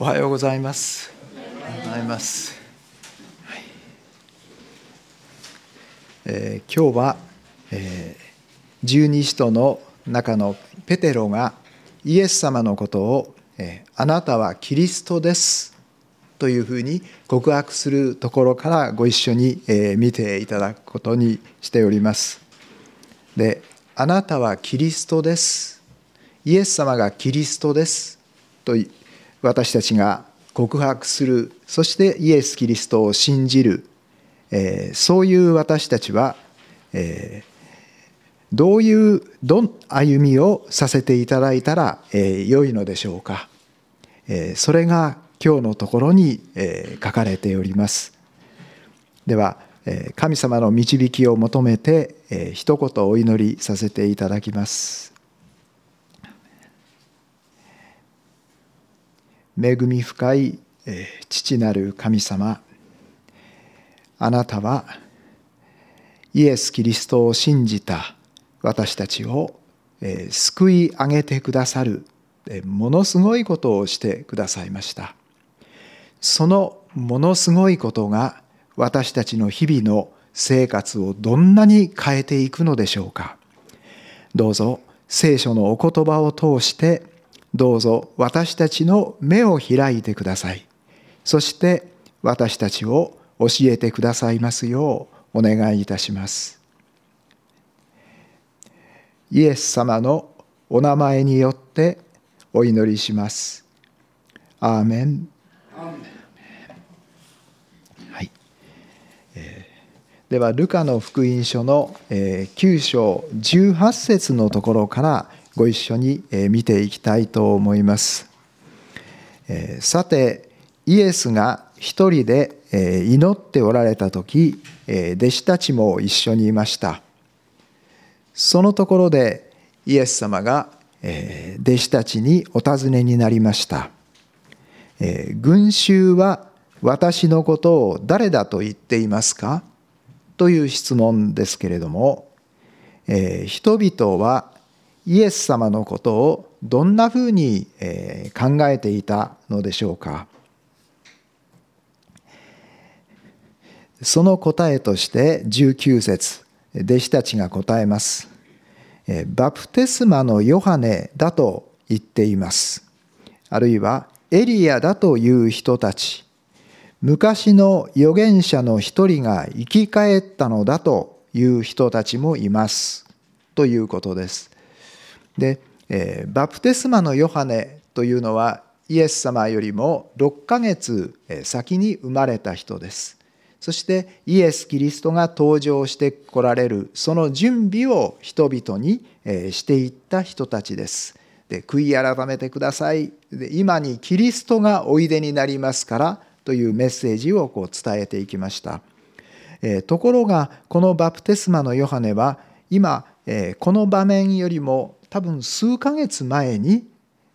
おはようございます。おはようございます。今日は、十二使徒の中のペテロがイエス様のことを、あなたはキリストですというふうに告白するところからご一緒に、見ていただくことにしております。で、あなたはキリストです。イエス様がキリストですと私たちが告白する、そしてイエス・キリストを信じる、そういう私たちは、どういう歩みをさせていただいたら、良いのでしょうか。それが今日のところに、書かれております。では、神様の導きを求めて、一言お祈りさせていただきます。恵み深い父なる神様、あなたはイエス・キリストを信じた私たちを救い上げてくださるものすごいことをしてくださいました。そのものすごいことが私たちの日々の生活をどんなに変えていくのでしょうか。どうぞ聖書のお言葉を通してどうぞ私たちの目を開いてください。そして私たちを教えてくださいますようお願いいたします。イエス様のお名前によってお祈りします。アーメン。はい。ではルカの福音書の9章18節のところからご一緒に見ていきたいと思います。さて、イエスが一人で祈っておられたとき、弟子たちも一緒にいました。そのところでイエス様が弟子たちにお尋ねになりました。群衆は私のことを誰だと言っていますかという質問ですけれども、人々はイエス様のことをどんなふうに考えていたのでしょうか。その答えとして19節、弟子たちが答えます。バプテスマのヨハネだと言っています。あるいはエリアだという人たち、昔の預言者の一人が生き返ったのだという人たちもいますということです。で、バプテスマのヨハネというのはイエス様よりも6ヶ月先に生まれた人です。そしてイエス・キリストが登場してこられるその準備を人々にしていった人たちです。で、悔い改めてください。で、今にキリストがおいでになりますからというメッセージを伝えていきました。ところがこのバプテスマのヨハネは今この場面よりも多分数ヶ月前に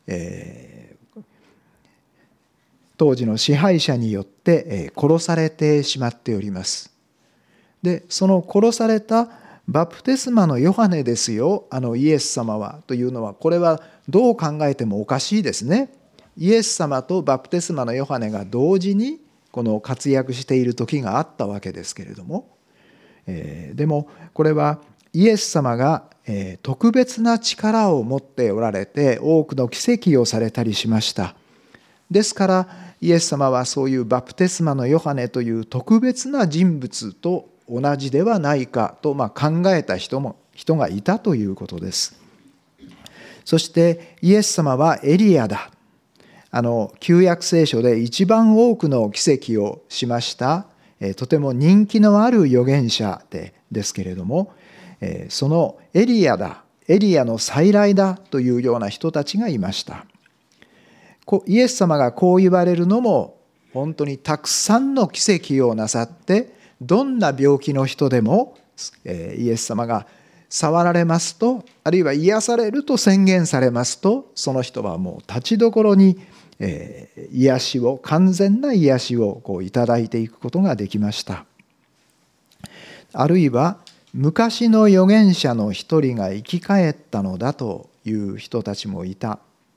当時の支配者によって殺されてしまっております。で、その殺されたバプテスマのヨハネですよ、イエス様はというのは、これはどう考えてもおかしいですね。イエス様とバプテスマのヨハネが同時にこの活躍している時があったわけですけれども、でもこれはイエス様が特別な力を持っておられて多くの奇跡をされたりしました。ですからイエス様はそういうバプテスマのヨハネという特別な人物と同じではないかと考えた人がいたということです。そしてイエス様はエリアだ。旧約聖書で一番多くの奇跡をしましたとても人気のある預言者ですけれども、そのエリアだ、エリアの再来だというような人たちがいました。イエス様がこう言われるのも本当にたくさんの奇跡をなさって、どんな病気の人でもイエス様が触られますと、あるいは癒されると宣言されますと、その人はもう立ちどころに癒しを、完全な癒しをいただいていくことができました。あるいは昔の預言者の一人が生き返ったのだという人たちもいた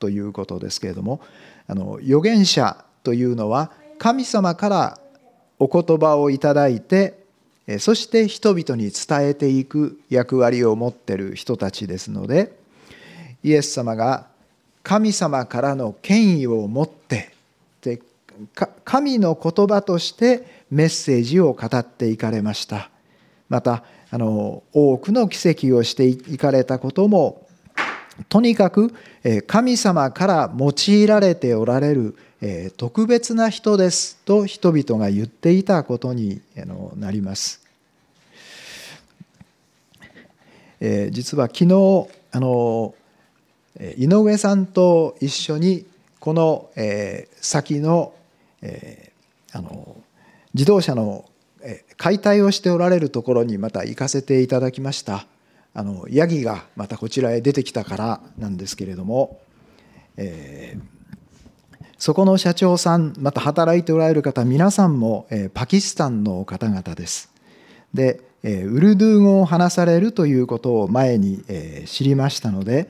ということですけれども、預言者というのは神様からお言葉をいただいて、そして人々に伝えていく役割を持っている人たちですので、イエス様が神様からの権威を持って、神の言葉としてメッセージを語っていかれました。また多くの奇跡をしていかれたことも、とにかく神様から用いられておられる特別な人ですと人々が言っていたことになります。実は昨日井上さんと一緒にこの先の自動車の解体をしておられるところにまた行かせていただきました。ヤギがまたこちらへ出てきたからなんですけれども、そこの社長さん、また働いておられる方、皆さんもパキスタンの方々です。で、ウルドゥー語を話されるということを前に知りましたので、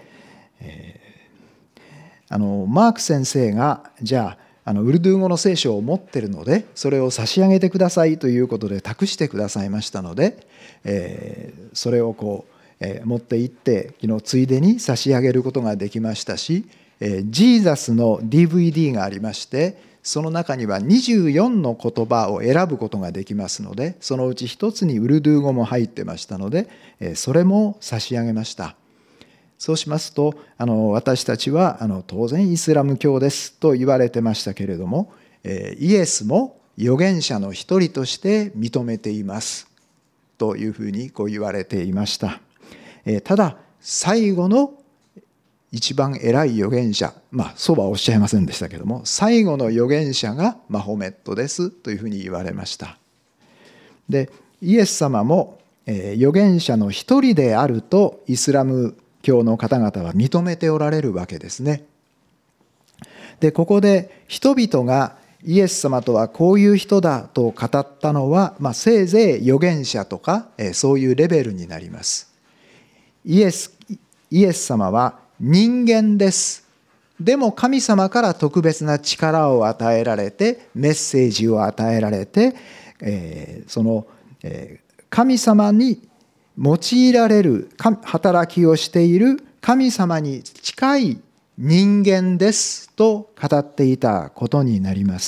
マーク先生がじゃあウルドゥー語の聖書を持っているのでそれを差し上げてくださいということで託してくださいましたので、それを持って行って昨日ついでに差し上げることができましたし、ジーザスの DVD がありまして、その中には24の言葉を選ぶことができますので、そのうち一つにウルドゥー語も入ってましたので、それも差し上げました。そうしますと私たちは当然イスラム教ですと言われてましたけれども、イエスも預言者の一人として認めていますというふうに言われていました。ただ最後の一番偉い預言者、そうはおっしゃいませんでしたけれども、最後の預言者がマホメットですというふうに言われました。でイエス様も預言者の一人であるとイスラム教の方々は認めておられるわけですね。でここで人々がイエス様とはこういう人だと語ったのは、せいぜい預言者とかそういうレベルになります。イエス様は人間です。でも神様から特別な力を与えられて、メッセージを与えられて、その神様に用いられる働きをしている神様に近い人間ですと語っていたことになります。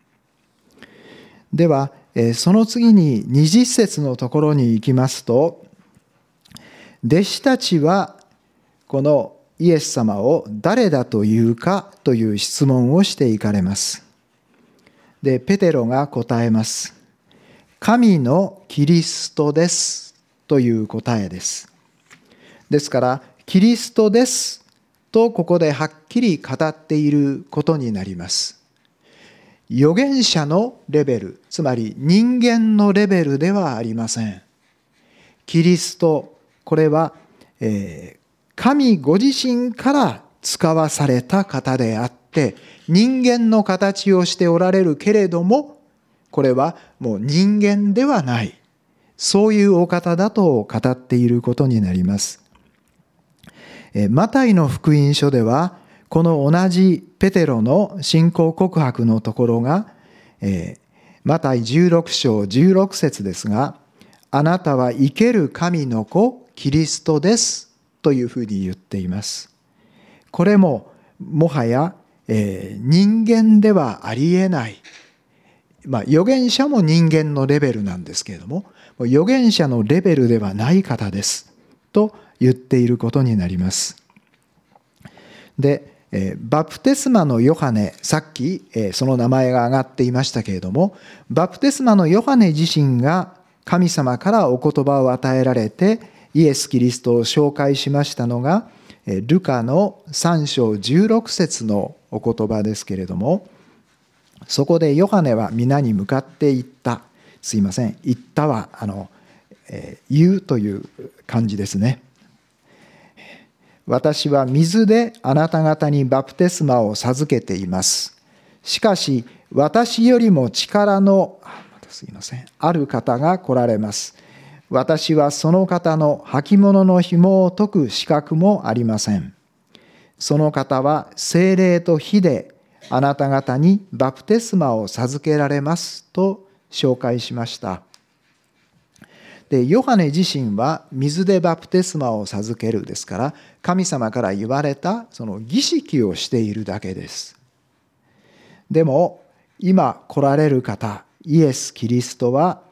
ではその次に20節のところに行きますと、弟子たちはこのイエス様を誰だというかという質問をしていかれます。でペテロが答えます。神のキリストですという答えです。ですからキリストですとここではっきり語っていることになります。預言者のレベル、つまり人間のレベルではありません。キリスト、これは、神ご自身から使わされた方であって、人間の形をしておられるけれども、これはもう人間ではない。そういうお方だと語っていることになります。マタイの福音書では、この同じペテロの信仰告白のところが、マタイ16章16節ですが、あなたは生ける神の子、キリストですというふうに言っています。これももはや、人間ではありえない。預言者も人間のレベルなんですけれども、預言者のレベルではない方ですと言っていることになります。で、バプテスマのヨハネ、さっきその名前が挙がっていましたけれども、バプテスマのヨハネ自身が神様からお言葉を与えられてイエス・キリストを紹介しましたのが、ルカの3章16節のお言葉ですけれども、そこでヨハネは皆に向かって言った。すいません、言ったは言うという漢字ですね。私は水であなた方にバプテスマを授けています。しかし私よりも力のある方が来られます。私はその方の履物の紐を解く資格もありません。 その方は聖霊と火であなた方にバプテスマを授けられますと紹介しました。で、ヨハネ自身は水でバプテスマを授けるですから、神様から言われたその儀式をしているだけです。でも今来られる方、イエス・キリストは、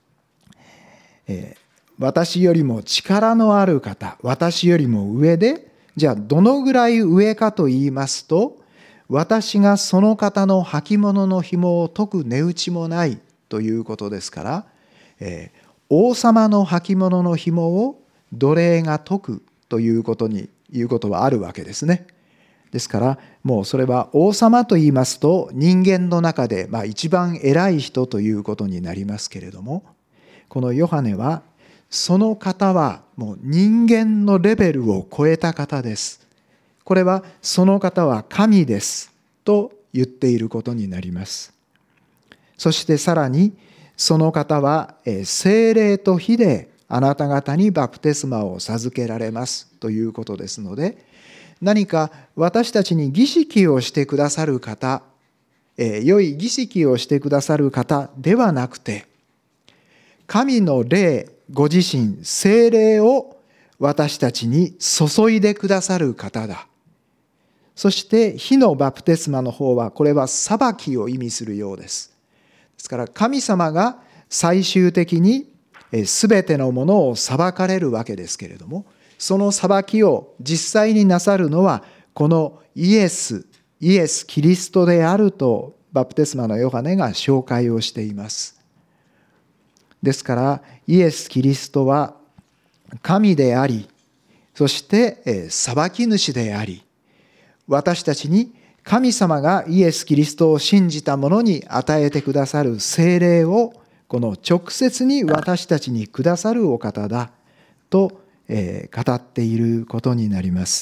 私よりも力のある方、私よりも上で、じゃあどのぐらい上かと言いますと、私がその方の履物の紐を解く値打ちもないということですから、王様の履物の紐を奴隷が解くということはあるわけですね。ですからもうそれは王様と言いますと人間の中で一番偉い人ということになりますけれども、このヨハネはその方はもう人間のレベルを超えた方です。これはその方は神ですと言っていることになります。そしてさらにその方は聖霊と火であなた方にバプテスマを授けられますということですので、何か私たちに儀式をしてくださる方、良い儀式をしてくださる方ではなくて、神の霊ご自身、聖霊を私たちに注いでくださる方だ。そして火のバプテスマの方は、これは裁きを意味するようです。ですから神様が最終的に全てのものを裁かれるわけですけれども、その裁きを実際になさるのはこのイエス・キリストであるとバプテスマのヨハネが紹介をしています。ですからイエス・キリストは神であり、そして裁き主であり、私たちに神様がイエス・キリストを信じた者に与えてくださる聖霊をこの直接に私たちにくださるお方だと語っていることになります。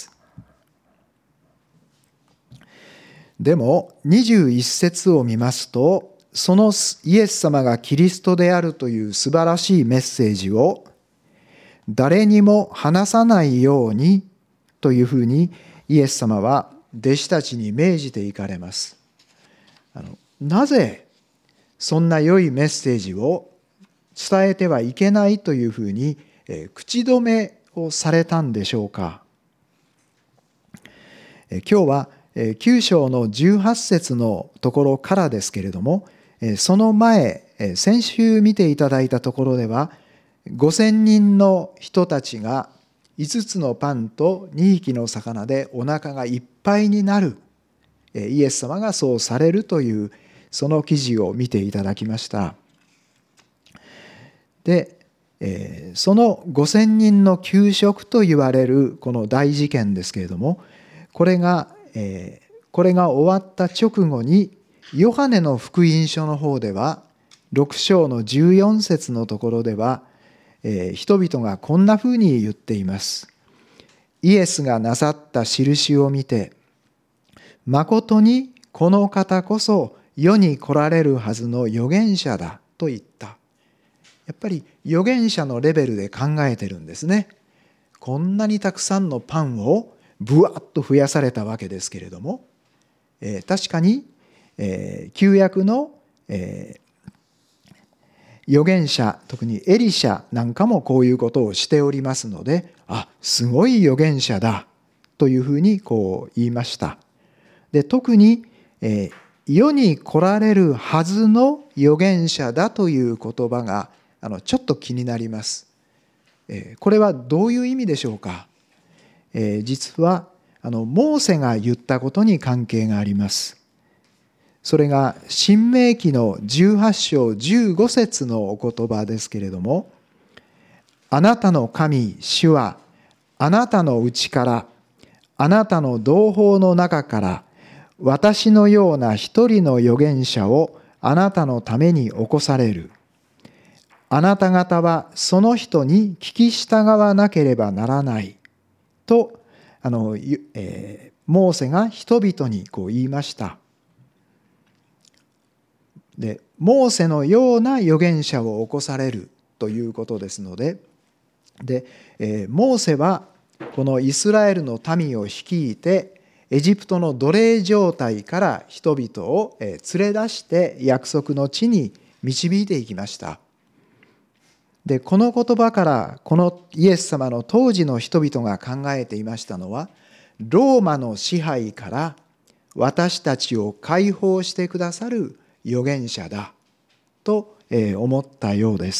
でも21節を見ますと、そのイエス様がキリストであるという素晴らしいメッセージを誰にも話さないようにというふうにイエス様は弟子たちに命じていかれます。なぜそんな良いメッセージを伝えてはいけないというふうに口止めをされたんでしょうか。今日は9章の18節のところからですけれども、その前、先週見ていただいたところでは、5000人の人たちが5つのパンと2匹の魚でお腹がいっぱいになる、イエス様がそうされるというその記事を見ていただきました。で、その5000人の給食と言われるこの大事件ですけれども、これが終わった直後にヨハネの福音書の方では6章の14節のところでは、人々がこんなふうに言っています。イエスがなさった印を見て、まことにこの方こそ世に来られるはずの預言者だと言った。やっぱり預言者のレベルで考えてるんですね。こんなにたくさんのパンをぶわっと増やされたわけですけれども、確かに、旧約の、預言者、特にエリシャなんかもこういうことをしておりますので、すごい預言者だというふうにこう言いました。で、特に、世に来られるはずの預言者だという言葉がちょっと気になります。これはどういう意味でしょうか。実はモーセが言ったことに関係があります。それが申命記の18章15節のお言葉ですけれども、あなたの神主はあなたのうちからあなたの同胞の中から私のような一人の預言者をあなたのために起こされる。あなた方はその人に聞き従わなければならないとモーセが人々にこう言いました。で、モーセのような預言者を起こされるということですので、モーセはこのイスラエルの民を率いてエジプトの奴隷状態から人々を連れ出して約束の地に導いていきました。で、この言葉からこのイエス様の当時の人々が考えていましたのは、ローマの支配から私たちを解放してくださる預言者だと思ったようです。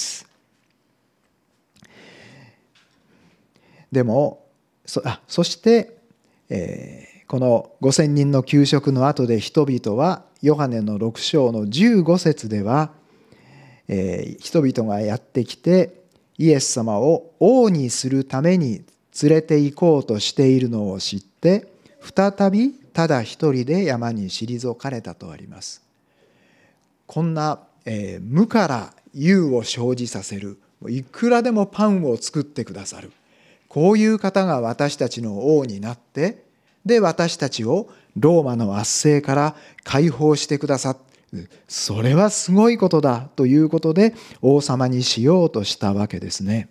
でもそして、この5000人の給食の後で人々はヨハネの6章の15節では、人々がやってきてイエス様を王にするために連れて行こうとしているのを知って再びただ一人で山に退かれたとあります。こんな、無から有を生じさせる、いくらでもパンを作ってくださる、こういう方が私たちの王になって、で私たちをローマの圧政から解放してくださって、それはすごいことだということで王様にしようとしたわけですね。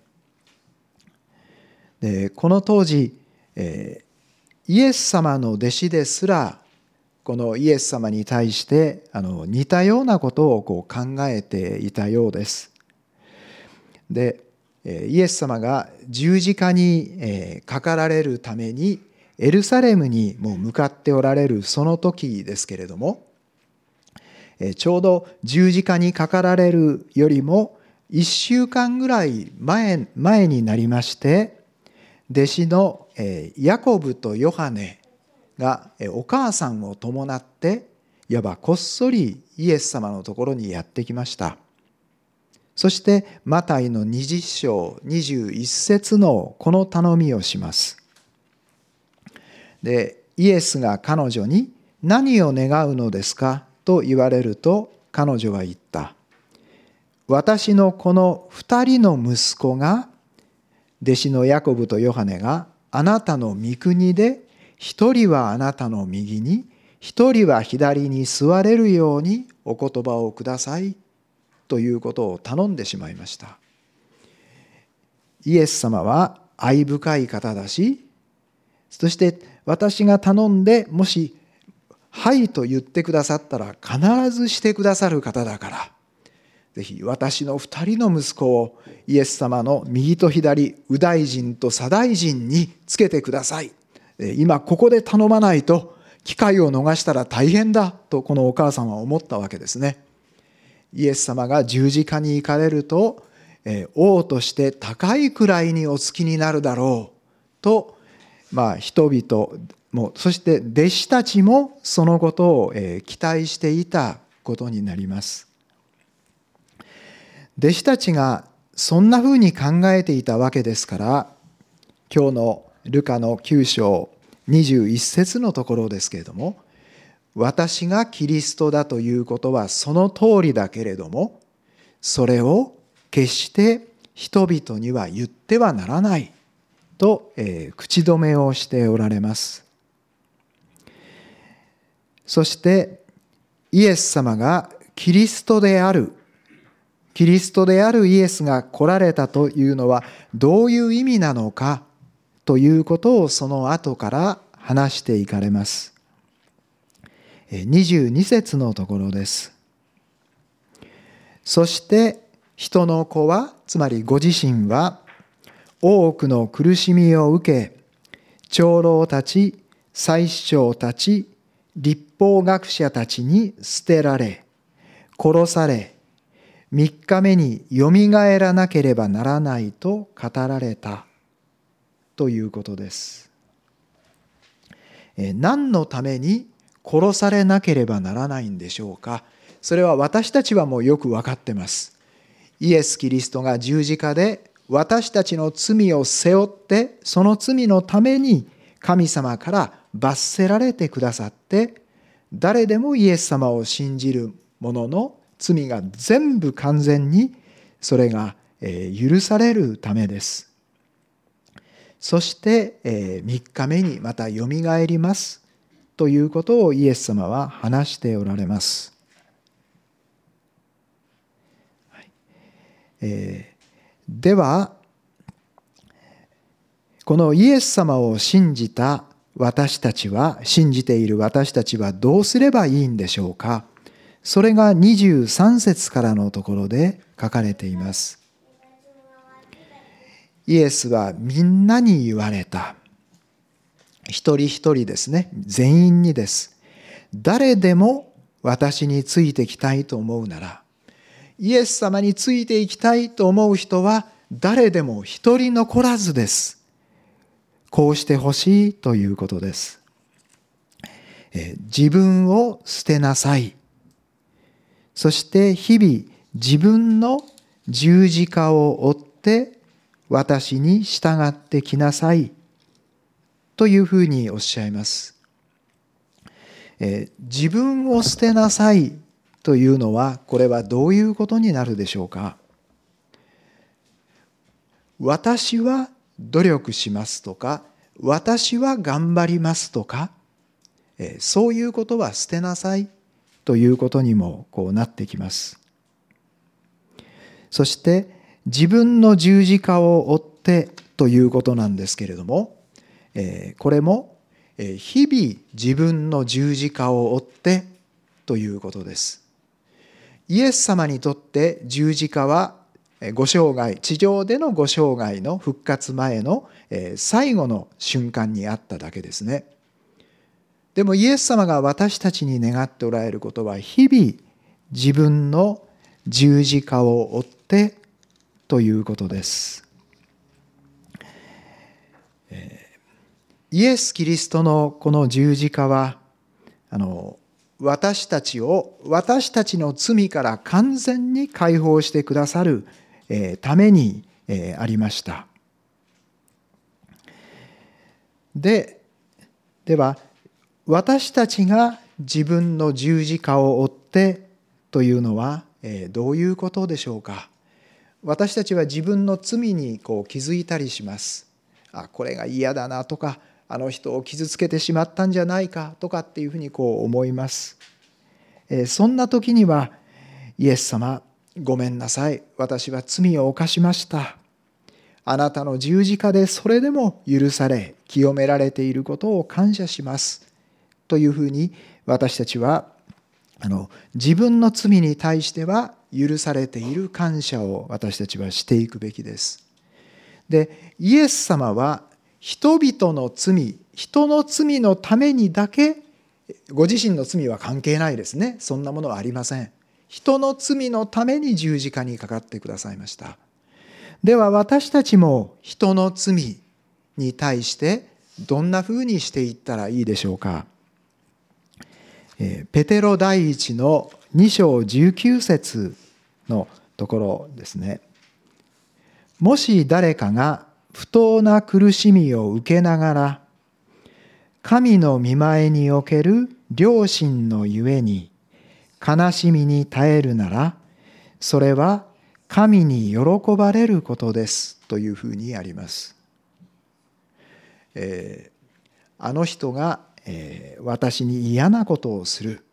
でこの当時、イエス様の弟子ですらこのイエス様に対して似たようなことを考えていたようです。でイエス様が十字架にかかられるためにエルサレムにもう向かっておられるその時ですけれども、ちょうど十字架にかかられるよりも1週間ぐらい前になりまして、弟子のヤコブとヨハネがお母さんを伴っていわばこっそりイエス様のところにやってきました。そしてマタイの20章21節のこの頼みをします。でイエスが彼女に何を願うのですかと言われると彼女は言った。私のこの2人の息子が弟子のヤコブとヨハネがあなたの御国で一人はあなたの右に一人は左に座れるようにお言葉をくださいということを頼んでしまいました。イエス様は愛深い方だし、そして私が頼んでもしはいと言ってくださったら必ずしてくださる方だから、ぜひ私の2人の息子をイエス様の右と左、右大臣と左大臣につけてください。今ここで頼まないと機会を逃したら大変だとこのお母さんは思ったわけですね。イエス様が十字架に行かれると王として高い位におつきになるだろうと、人々もそして弟子たちもそのことを期待していたことになります。弟子たちがそんなふうに考えていたわけですから、今日のルカの9章21節のところですけれども、私がキリストだということはその通りだけれども、それを決して人々には言ってはならないと、口止めをしておられます。そしてイエス様がキリストであるイエスが来られたというのはどういう意味なのかということをその後から話していかれます。22節のところです。そして人の子は、つまりご自身は多くの苦しみを受け、長老たち、祭司長たち、律法学者たちに捨てられ、殺され、3日目によみがえらなければならないと語られたということです。何のために殺されなければならないんでしょうか。それは私たちはもうよく分かってます。イエス・キリストが十字架で私たちの罪を背負って、その罪のために神様から罰せられてくださって、誰でもイエス様を信じる者の罪が全部完全にそれが許されるためです。そして3日目にまたよみがえりますということをイエス様は話しておられます。ではこのイエス様を信じた信じている私たちはどうすればいいんでしょうか。それが23節からのところで書かれています。イエスはみんなに言われた。一人一人ですね。全員にです。誰でも私についてきたいと思うなら、イエス様についていきたいと思う人は誰でも一人残らずです。こうしてほしいということです。自分を捨てなさい。そして日々自分の十字架を追って私に従ってきなさいというふうにおっしゃいます。自分を捨てなさいというのは、これはどういうことになるでしょうか。私は努力しますとか、私は頑張りますとか、そういうことは捨てなさいということにもなってきます。そして自分の十字架を追ってということなんですけれども、これも日々自分の十字架を追ってということです。イエス様にとって十字架はご生涯、地上でのご生涯の復活前の最後の瞬間にあっただけですね。でもイエス様が私たちに願っておられることは、日々自分の十字架を追ってということです。イエス・キリストのこの十字架は、私たちの罪から完全に解放してくださるためにありました。では、私たちが自分の十字架を追ってというのはどういうことでしょうか。私たちは自分の罪に気づいたりします。これが嫌だなとか、あの人を傷つけてしまったんじゃないかとかっていうふうに思います。そんな時には、イエス様、ごめんなさい。私は罪を犯しました。あなたの十字架でそれでも許され、清められていることを感謝します。というふうに私たちは自分の罪に対しては許されている感謝を私たちはしていくべきです。で、イエス様は人々の罪、人の罪のためにだけ、ご自身の罪は関係ないですね。そんなものはありません。人の罪のために十字架にかかってくださいました。では私たちも人の罪に対してどんなふうにしていったらいいでしょうか。ペテロ第一の2章19節のところですね。もし誰かが不当な苦しみを受けながら、神の御前における良心のゆえに悲しみに耐えるなら、それは神に喜ばれることですというふうにあります。あの人が私に嫌なことをする、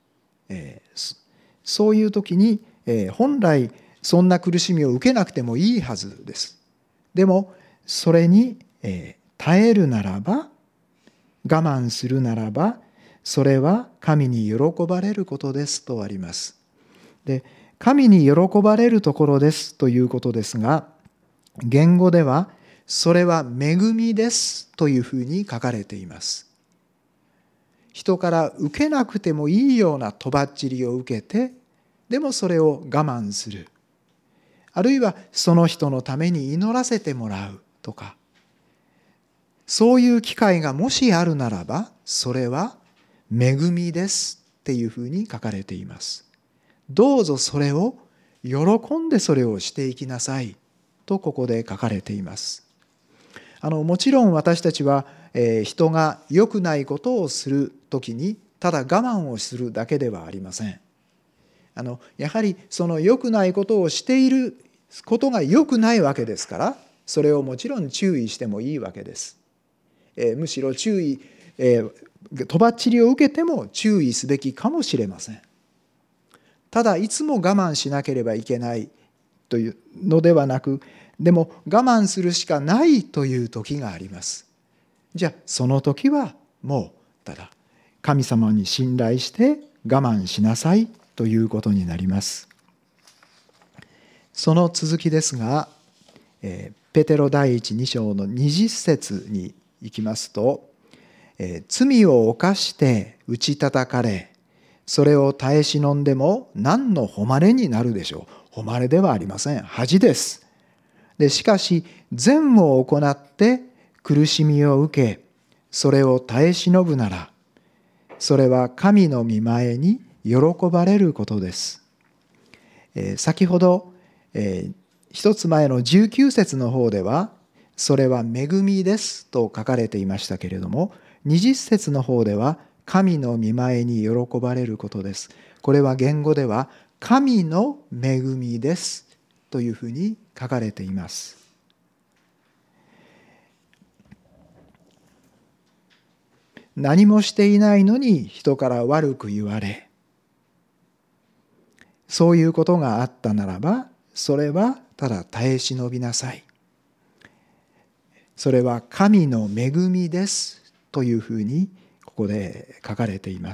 そういう時に本来そんな苦しみを受けなくてもいいはずです。でもそれに耐えるならば、我慢するならば、それは神に喜ばれることですとあります。で、神に喜ばれるところですということですが、言語ではそれは恵みですというふうに書かれています。人から受けなくてもいいようなとばっちりを受けて、でもそれを我慢する。あるいはその人のために祈らせてもらうとか、そういう機会がもしあるならば、それは恵みですっていうふうに書かれています。どうぞそれを喜んでそれをしていきなさいとここで書かれています。もちろん私たちは人が良くないことをするときにただ我慢をするだけではありません。やはりその良くないことをしていることが良くないわけですから、それをもちろん注意してもいいわけです。むしろとばっちりを受けても注意すべきかもしれません。ただいつも我慢しなければいけないというのではなく、でも我慢するしかないという時があります。 じゃあその時はもうただ神様に信頼して我慢しなさいということになります。その続きですが、ペテロ第1、2章の20節に行きますと、罪を犯して打ち叩かれ、それを耐え忍んでも何の誉れになるでしょう。誉れではありません。恥です。でしかし善を行って苦しみを受け、それを耐え忍ぶなら、それは神の御前に喜ばれることです。先ほど、一つ前の19節の方では、それは恵みですと書かれていましたけれども、20節の方では、神の御前に喜ばれることです。これは言語では、神の恵みですというふうに書かれています。何もしていないのに人から悪く言われ、そういうことがあったならば、それはただ耐え忍びなさい。それは神の恵みですというふうにここで書かれています。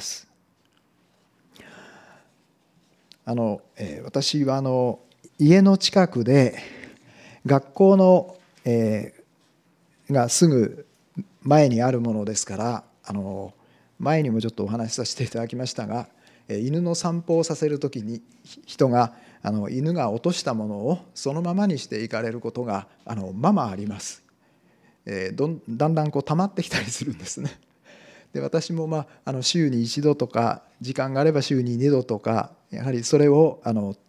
私は家の近くで学校の、がすぐ前にあるものですから、前にもちょっとお話しさせていただきましたが、犬の散歩をさせるときに人が犬が落としたものをそのままにしていかれることがままあります。だんだん溜まってきたりするんですね。で私も週に1度とか時間があれば週に2度とかやはりそれを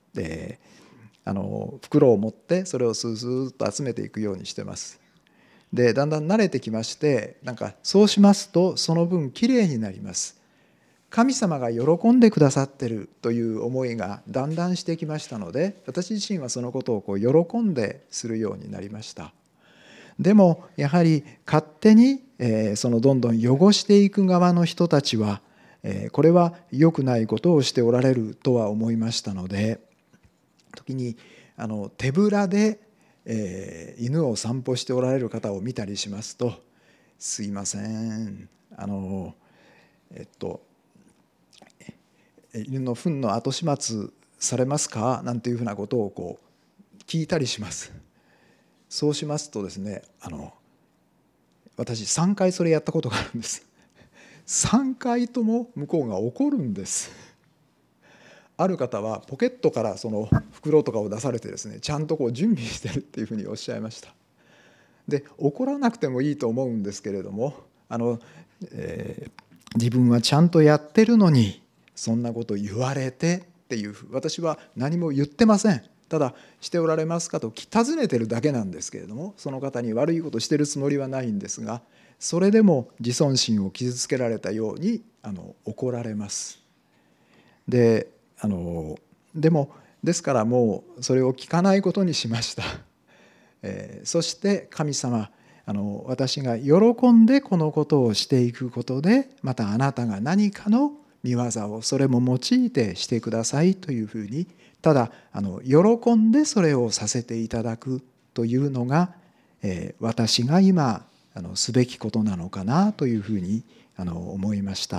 袋を持ってそれをスースーっと集めていくようにしてます。でだんだん慣れてきまして、そうしますとその分きれいになります。神様が喜んでくださってるという思いがだんだんしてきましたので、私自身はそのことを喜んでするようになりました。でもやはり勝手にそのどんどん汚していく側の人たちはこれは良くないことをしておられるとは思いましたので、時に手ぶらで犬を散歩しておられる方を見たりしますと、すいません犬の糞の後始末されますかなんていうふうなことを聞いたりします。そうしますとですね、私3回それやったことがあるんです。3回とも向こうが怒るんです。ある方はポケットからその袋とかを出されてですね、ちゃんと準備してるっていうふうにおっしゃいました。で怒らなくてもいいと思うんですけれども、自分はちゃんとやってるのにそんなこと言われてっていう、私は何も言ってません。ただしておられますかと尋ねてるだけなんですけれども、その方に悪いことしてるつもりはないんですが、それでも自尊心を傷つけられたように怒られます。でもですからもうそれを聞かないことにしました。そして神様、私が喜んでこのことをしていくことで、またあなたが何かの御業をそれも用いてしてくださいというふうに、ただ喜んでそれをさせていただくというのが、私が今すべきことなのかなというふうに思いました。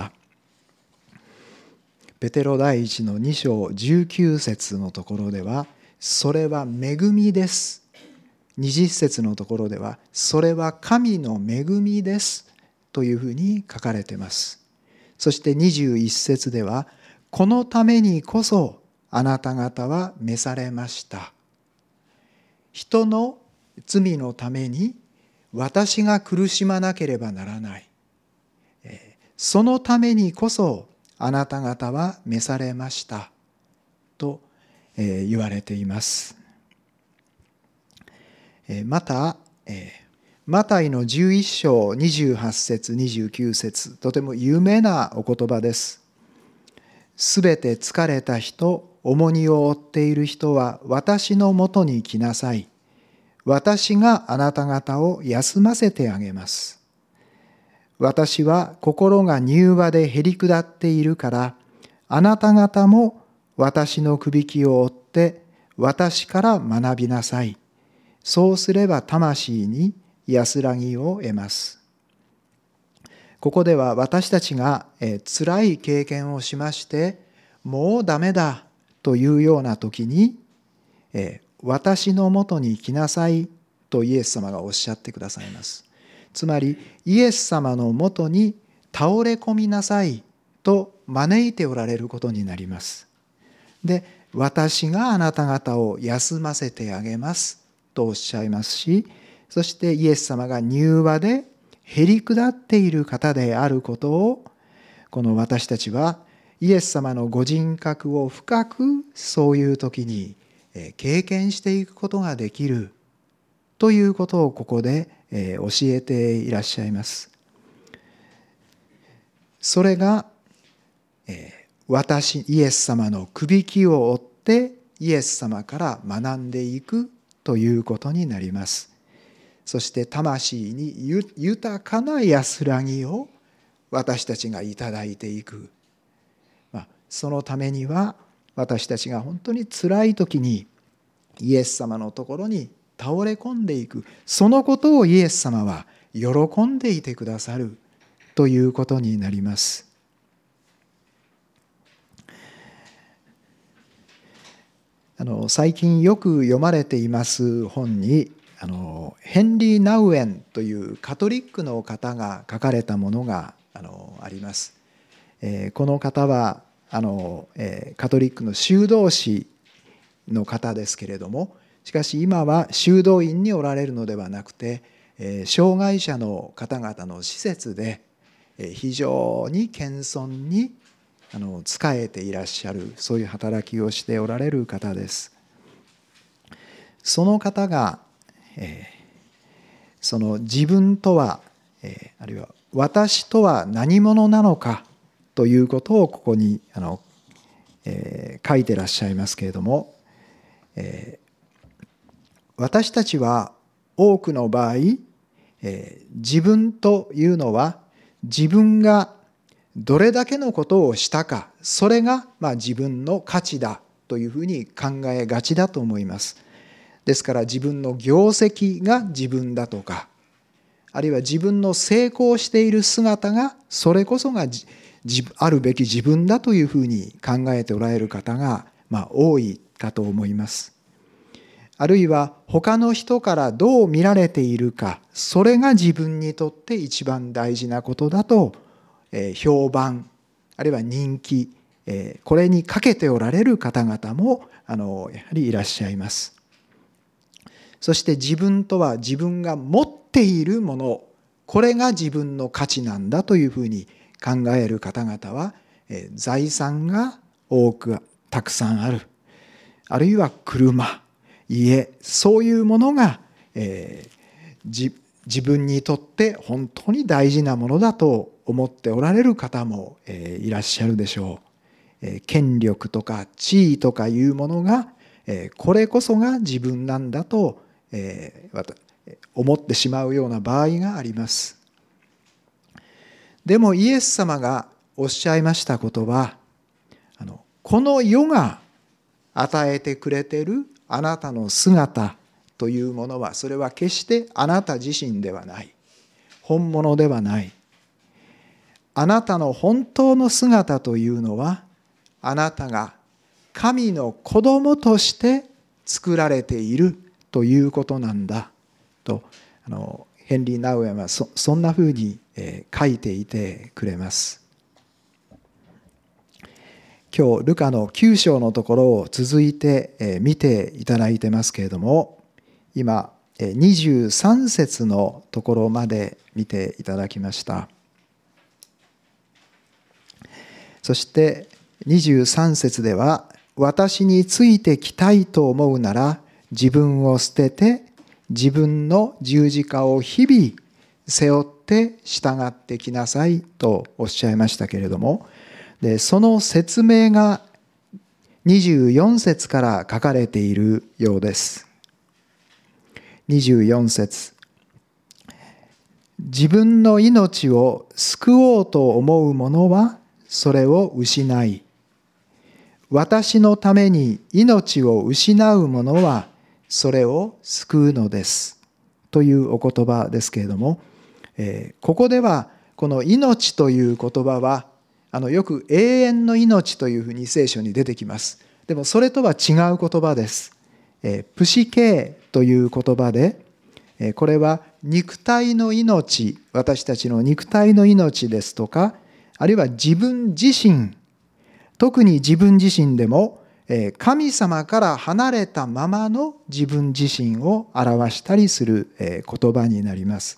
ペテロ第1の2章19節のところでは、それは恵みです。20節のところでは、それは神の恵みですというふうに書かれています。そして21節では、このためにこそあなた方は召されました。人の罪のために私が苦しまなければならない。そのためにこそあなた方は召されましたと言われています。またマタイの11章28節29節、とても有名なお言葉です。すべて疲れた人、重荷を負っている人は私のもとに来なさい。私があなた方を休ませてあげます。私は心が柔和でへりくだっているから、あなた方も私のくびきを追って私から学びなさい。そうすれば魂に安らぎを得ます。 ここでは私たちが辛い経験をしまして、もうダメだというような時に、私のもとに来なさいとイエス様がおっしゃってくださいます。つまりイエス様のもとに倒れ込みなさいと招いておられることになります。で、私があなた方を休ませてあげますとおっしゃいますし、そしてイエス様が柔和でへり下っている方であることを、この私たちはイエス様のご人格を深くそういう時に経験していくことができるということをここで教えていらっしゃいます。それがイエス様のくびきを追ってイエス様から学んでいくということになります。そして魂に豊かな安らぎを私たちがいただいていく。そのためには私たちが本当に辛い時にイエス様のところに倒れ込んでいく。そのことをイエス様は喜んでいてくださるということになります。最近よく読まれています本にヘンリー・ナウエンというカトリックの方が書かれたものがあります。この方はカトリックの修道士の方ですけれども、しかし今は修道院におられるのではなくて、障害者の方々の施設で非常に謙遜に仕えていらっしゃる、そういう働きをしておられる方です。その方がその自分とはあるいは私とは何者なのかということをここに書いてらっしゃいますけれども、私たちは多くの場合自分というのは自分がどれだけのことをしたか、それが自分の価値だというふうに考えがちだと思います。ですから自分の業績が自分だとか、あるいは自分の成功している姿がそれこそがあるべき自分だというふうに考えておられる方が多いかと思います。あるいは他の人からどう見られているか、それが自分にとって一番大事なことだと評判、あるいは人気、これにかけておられる方々もやはりいらっしゃいます。そして自分とは自分が持っているもの、これが自分の価値なんだというふうに考える方々は、財産がたくさんある、あるいは車、家、そういうものが、自分にとって本当に大事なものだと思っておられる方も、いらっしゃるでしょう。権力とか地位とかいうものが、これこそが自分なんだと、思ってしまうような場合があります。でもイエス様がおっしゃいましたことは、この世が与えてくれているあなたの姿というものは、それは決してあなた自身ではない。本物ではない。あなたの本当の姿というのは、あなたが神の子供として作られているということなんだと、ヘンリー・ナウエンはそんなふうに書いていてくれます。今日ルカの9章のところを続いて見ていただいてますけれども、今23節のところまで見ていただきました。そして23節では、私についてきたいと思うなら自分を捨てて自分の十字架を日々背負って従ってきなさいとおっしゃいましたけれども、でその説明が24節から書かれているようです。24節、自分の命を救おうと思う者はそれを失い、私のために命を失う者はそれを救うのですというお言葉ですけれども、ここではこの命という言葉はよく永遠の命というふうに聖書に出てきます。でもそれとは違う言葉です。プシケーという言葉で、これは肉体の命、私たちの肉体の命ですとか、あるいは自分自身、特に自分自身でも神様から離れたままの自分自身を表したりする言葉になります。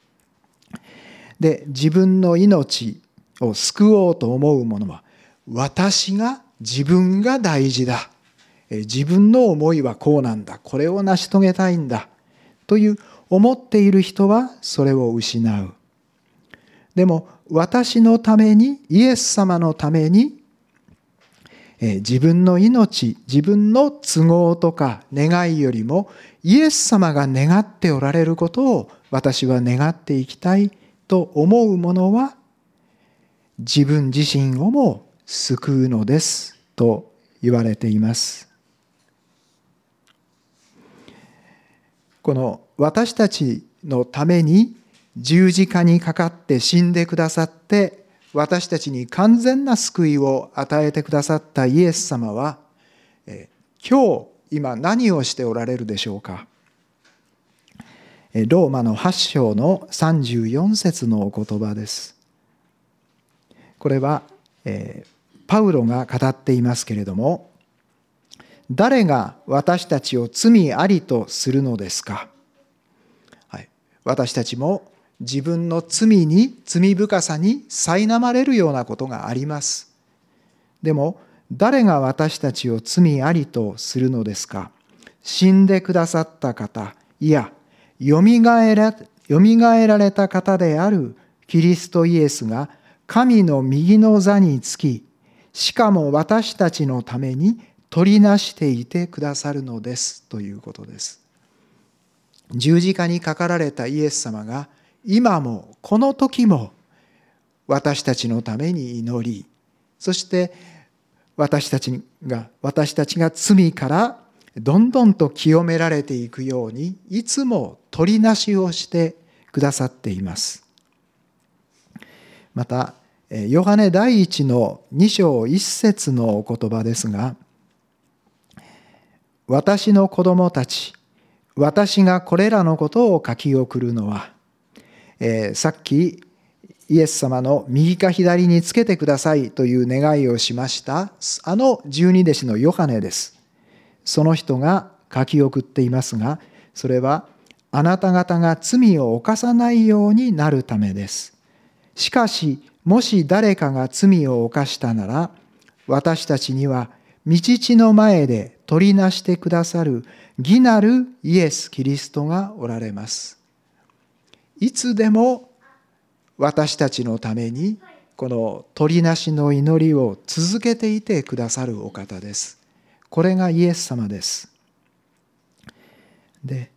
で、自分の命を救おうと思う者は、自分が大事だ。自分の思いはこうなんだ。これを成し遂げたいんだ。という思っている人はそれを失う。でも私のために、イエス様のために、自分の命、自分の都合とか願いよりもイエス様が願っておられることを私は願っていきたいと思う者は自分自身をも救うのですと言われています。この私たちのために十字架にかかって死んでくださって私たちに完全な救いを与えてくださったイエス様は今何をしておられるでしょうか。ローマの8章の34節のお言葉です。これはパウロが語っていますけれども、誰が私たちを罪ありとするのですか。はい、私たちも自分の罪深さに苛まれるようなことがあります。でも誰が私たちを罪ありとするのですか。死んでくださった方、いやよみがえられた方であるキリストイエスが神の右の座につき、しかも私たちのために取りなしていてくださるのですということです。十字架にかかられたイエス様が今もこの時も私たちのために祈り、そして私たちが罪からどんどんと清められていくようにいつも取りなしをしてくださっています。またヨハネ第一の2章1節のお言葉ですが、私の子供たち、私がこれらのことを書き送るのは、さっきイエス様の右か左につけてくださいという願いをしました十二弟子のヨハネです。その人が書き送っていますが、それはあなた方が罪を犯さないようになるためです。しかしもし誰かが罪を犯したなら、私たちには御父の前で取りなしてくださる義なるイエス・キリストがおられます。いつでも私たちのためにこの取りなしの祈りを続けていてくださるお方です。これがイエス様です。で、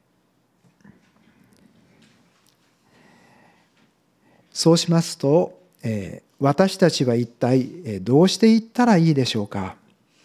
そうしますと、私たちは一体どうしていったらいいでしょうか。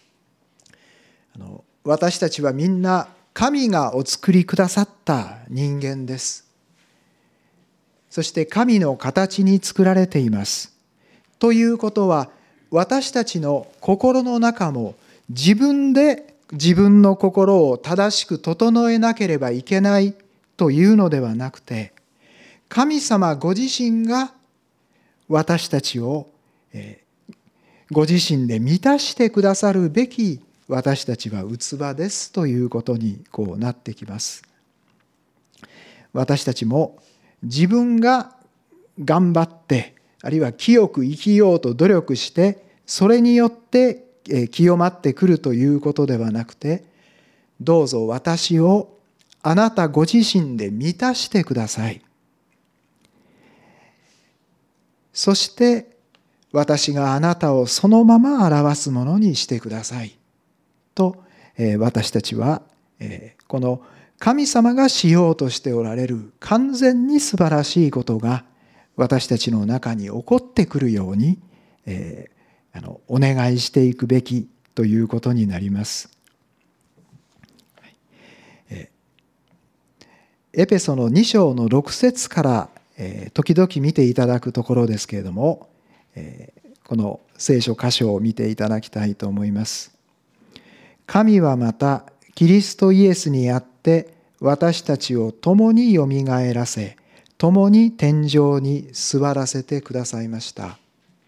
私たちはみんな神がお作りくださった人間です。そして神の形に作られています。ということは、私たちの心の中も自分で自分の心を正しく整えなければいけないというのではなくて、神様ご自身が私たちをご自身で満たしてくださるべき私たちは器ですということになってきます。私たちも自分が頑張って、あるいは清く生きようと努力して、それによって清まってくるということではなくて、どうぞ私をあなたご自身で満たしてください。そして私があなたをそのまま表すものにしてくださいと、私たちはこの神様がしようとしておられる完全に素晴らしいことが私たちの中に起こってくるようにお願いしていくべきということになります。エペソの2章の6節から時々見ていただくところですけれども、この聖書箇所を見ていただきたいと思います。神はまたキリストイエスにあって私たちを共によみがえらせ、共に天井に座らせてくださいました。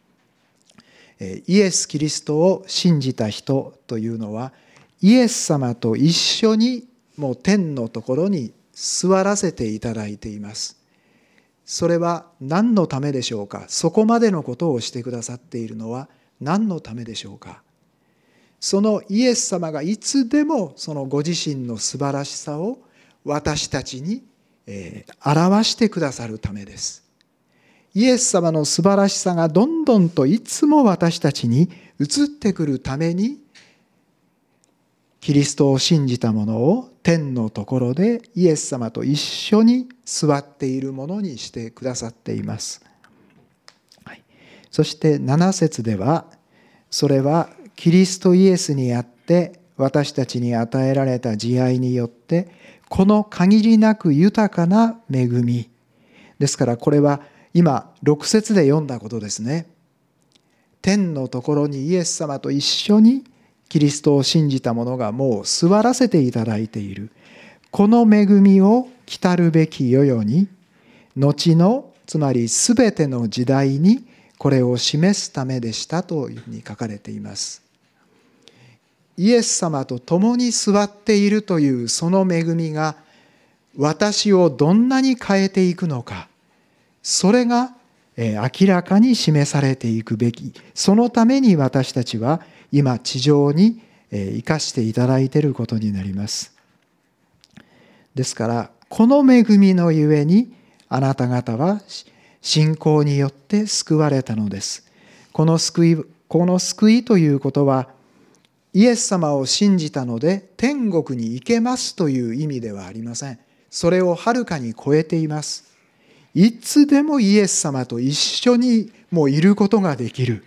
イエス・キリストを信じた人というのは、イエス様と一緒にもう天のところに座らせていただいています。それは何のためでしょうか。そこまでのことをしてくださっているのは何のためでしょうか。そのイエス様がいつでもそのご自身の素晴らしさを私たちに表してくださるためです。イエス様の素晴らしさがどんどんといつも私たちに移ってくるために、キリストを信じた者を天のところでイエス様と一緒に座っているものにしてくださっています。はい、そして7節では、それはキリストイエスにあって私たちに与えられた慈愛によってこの限りなく豊かな恵みですから、これは今6節で読んだことですね。天のところにイエス様と一緒にキリストを信じた者がもう座らせていただいている。この恵みを来たるべき世々に、後のつまりすべての時代にこれを示すためでしたというふうに書かれています。イエス様と共に座っているというその恵みが私をどんなに変えていくのか、それが明らかに示されていくべき。そのために私たちは今地上に生かしていただいていることになります。ですからこの恵みのゆえにあなた方は信仰によって救われたのです。この救いということは、イエス様を信じたので天国に行けますという意味ではありません。それをはるかに超えています。いつでもイエス様と一緒にもういることができる。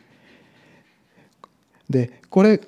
で、これ、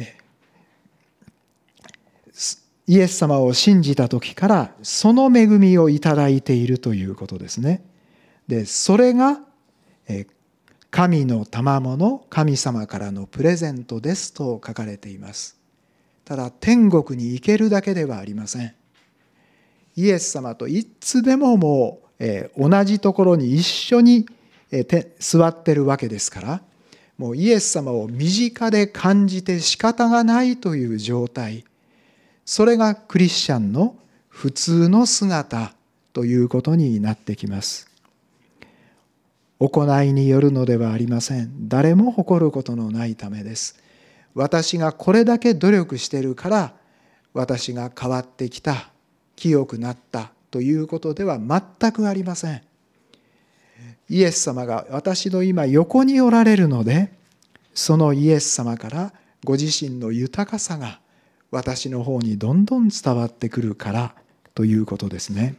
イエス様を信じた時からその恵みをいただいているということですね。で、それが神の賜物、神様からのプレゼントですと書かれています。ただ天国に行けるだけではありません。イエス様といつでももう同じところに一緒に座ってるわけですから、もうイエス様を身近で感じて仕方がないという状態、それがクリスチャンの普通の姿ということになってきます。行いによるのではありません。誰も誇ることのないためです。私がこれだけ努力しているから私が変わってきた、清くなったということでは全くありません。イエス様が私の今横におられるので、そのイエス様からご自身の豊かさが私の方にどんどん伝わってくるからということですね。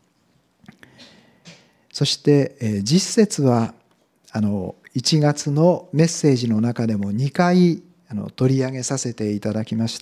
そして実節は1月のメッセージの中でも2回取り上げさせていただきました。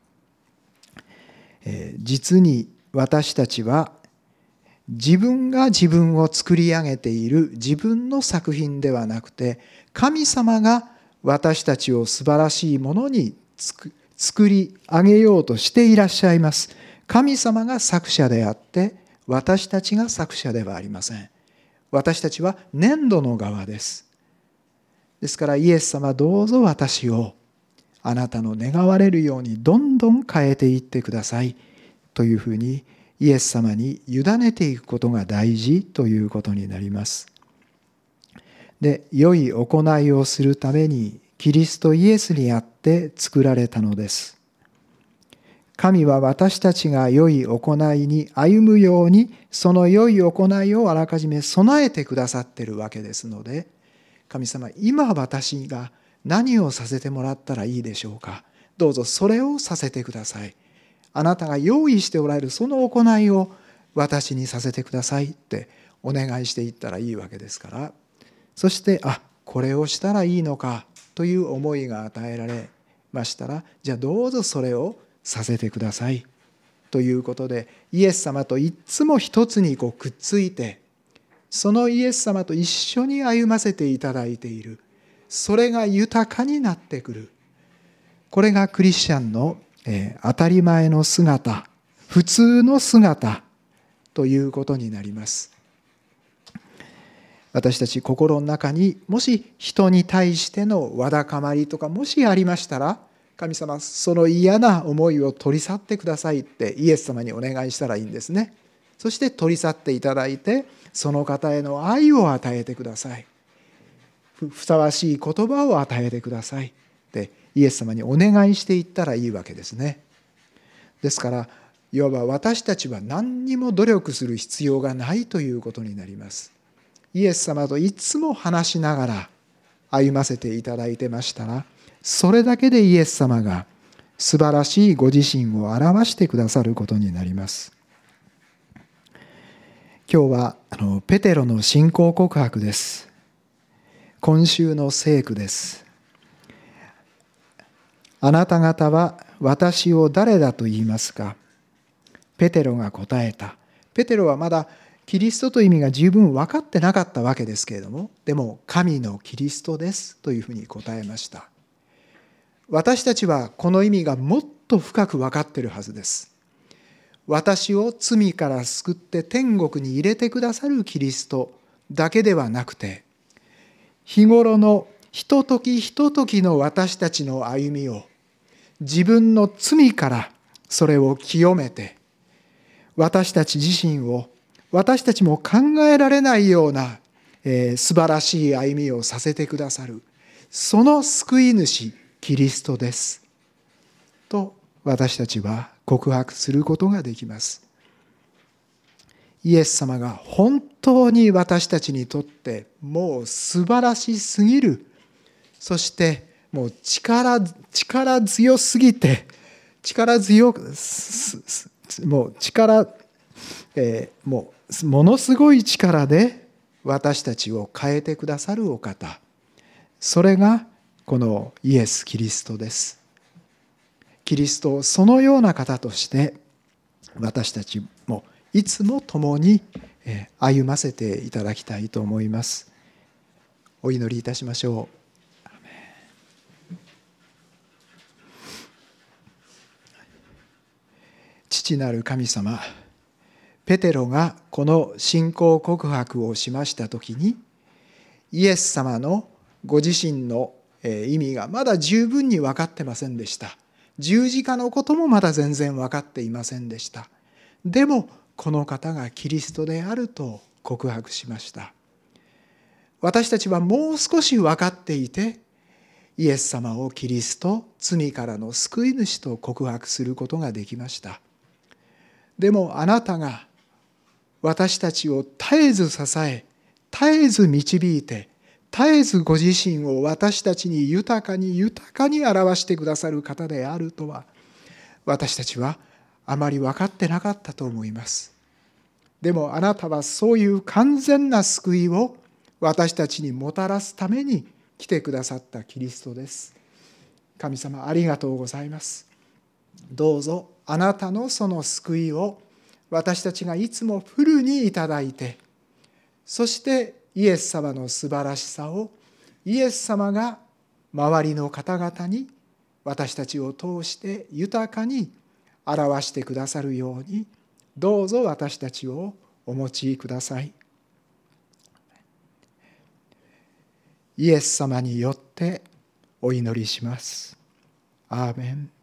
実に私たちは自分が自分を作り上げている自分の作品ではなくて、神様が私たちを素晴らしいものに作り上げようとしていらっしゃいます。神様が作者であって私たちが作者ではありません。私たちは粘土の側です。ですからイエス様、どうぞ私をあなたの願われるようにどんどん変えていってくださいというふうにイエス様に委ねていくことが大事ということになります。で、良い行いをするためにキリストイエスにあって作られたのです。神は私たちが良い行いに歩むように、その良い行いをあらかじめ備えてくださっているわけですので、神様、今私が何をさせてもらったらいいでしょうか。どうぞそれをさせてください。あなたが用意しておられるその行いを私にさせてくださいってお願いしていったらいいわけですから、そしてこれをしたらいいのかという思いが与えられましたら、じゃあどうぞそれをさせてくださいということで、イエス様といつも一つにくっついてそのイエス様と一緒に歩ませていただいている。それが豊かになってくる。これがクリスチャンの当たり前の姿、普通の姿ということになります。私たち心の中にもし人に対してのわだかまりとかもしありましたら、神様その嫌な思いを取り去ってくださいってイエス様にお願いしたらいいんですね。そして取り去っていただいて、その方への愛を与えてください。ふさわしい言葉を与えてくださいってイエス様にお願いしていったらいいわけですね。ですからいわば私たちは何にも努力する必要がないということになります。イエス様といつも話しながら歩ませていただいてましたら、それだけでイエス様が素晴らしいご自身を表してくださることになります。今日はペテロの信仰告白です。今週の聖句です。あなた方は私を誰だと言いますか。ペテロが答えた。ペテロはまだキリストという意味が十分分かってなかったわけですけれども、でも神のキリストですというふうに答えました。私たちはこの意味がもっと深く分かっているはずです。私を罪から救って天国に入れてくださるキリストだけではなくて、日頃のひとときひとときの私たちの歩みを自分の罪からそれを清めて、私たち自身を私たちも考えられないような素晴らしい歩みをさせてくださる、その救い主キリストですと私たちは告白することができます。イエス様が本当に私たちにとってもう素晴らしすぎる、そしてもう力強すぎてものすごい力で私たちを変えてくださるお方、それがこのイエス・キリストです。キリストをそのような方として私たちもいつも共に歩ませていただきたいと思います。お祈りいたしましょう。父なる神様、ペテロがこの信仰告白をしましたときに、イエス様のご自身の意味がまだ十分に分かってませんでした。十字架のこともまだ全然分かっていませんでした。でもこの方がキリストであると告白しました。私たちはもう少し分かっていて、イエス様をキリスト、罪からの救い主と告白することができました。でもあなたが私たちを絶えず支え、絶えず導いて、絶えずご自身を私たちに豊かに表してくださる方であるとは、私たちはあまり分かってなかったと思います。でもあなたはそういう完全な救いを私たちにもたらすために来てくださったキリストです。神様ありがとうございます。どうぞあなたのその救いを私たちがいつもフルにいただいて、そしてイエス様の素晴らしさをイエス様が周りの方々に私たちを通して豊かに表してくださるように、どうぞ私たちをお持ちください。イエス様によってお祈りします。アーメン。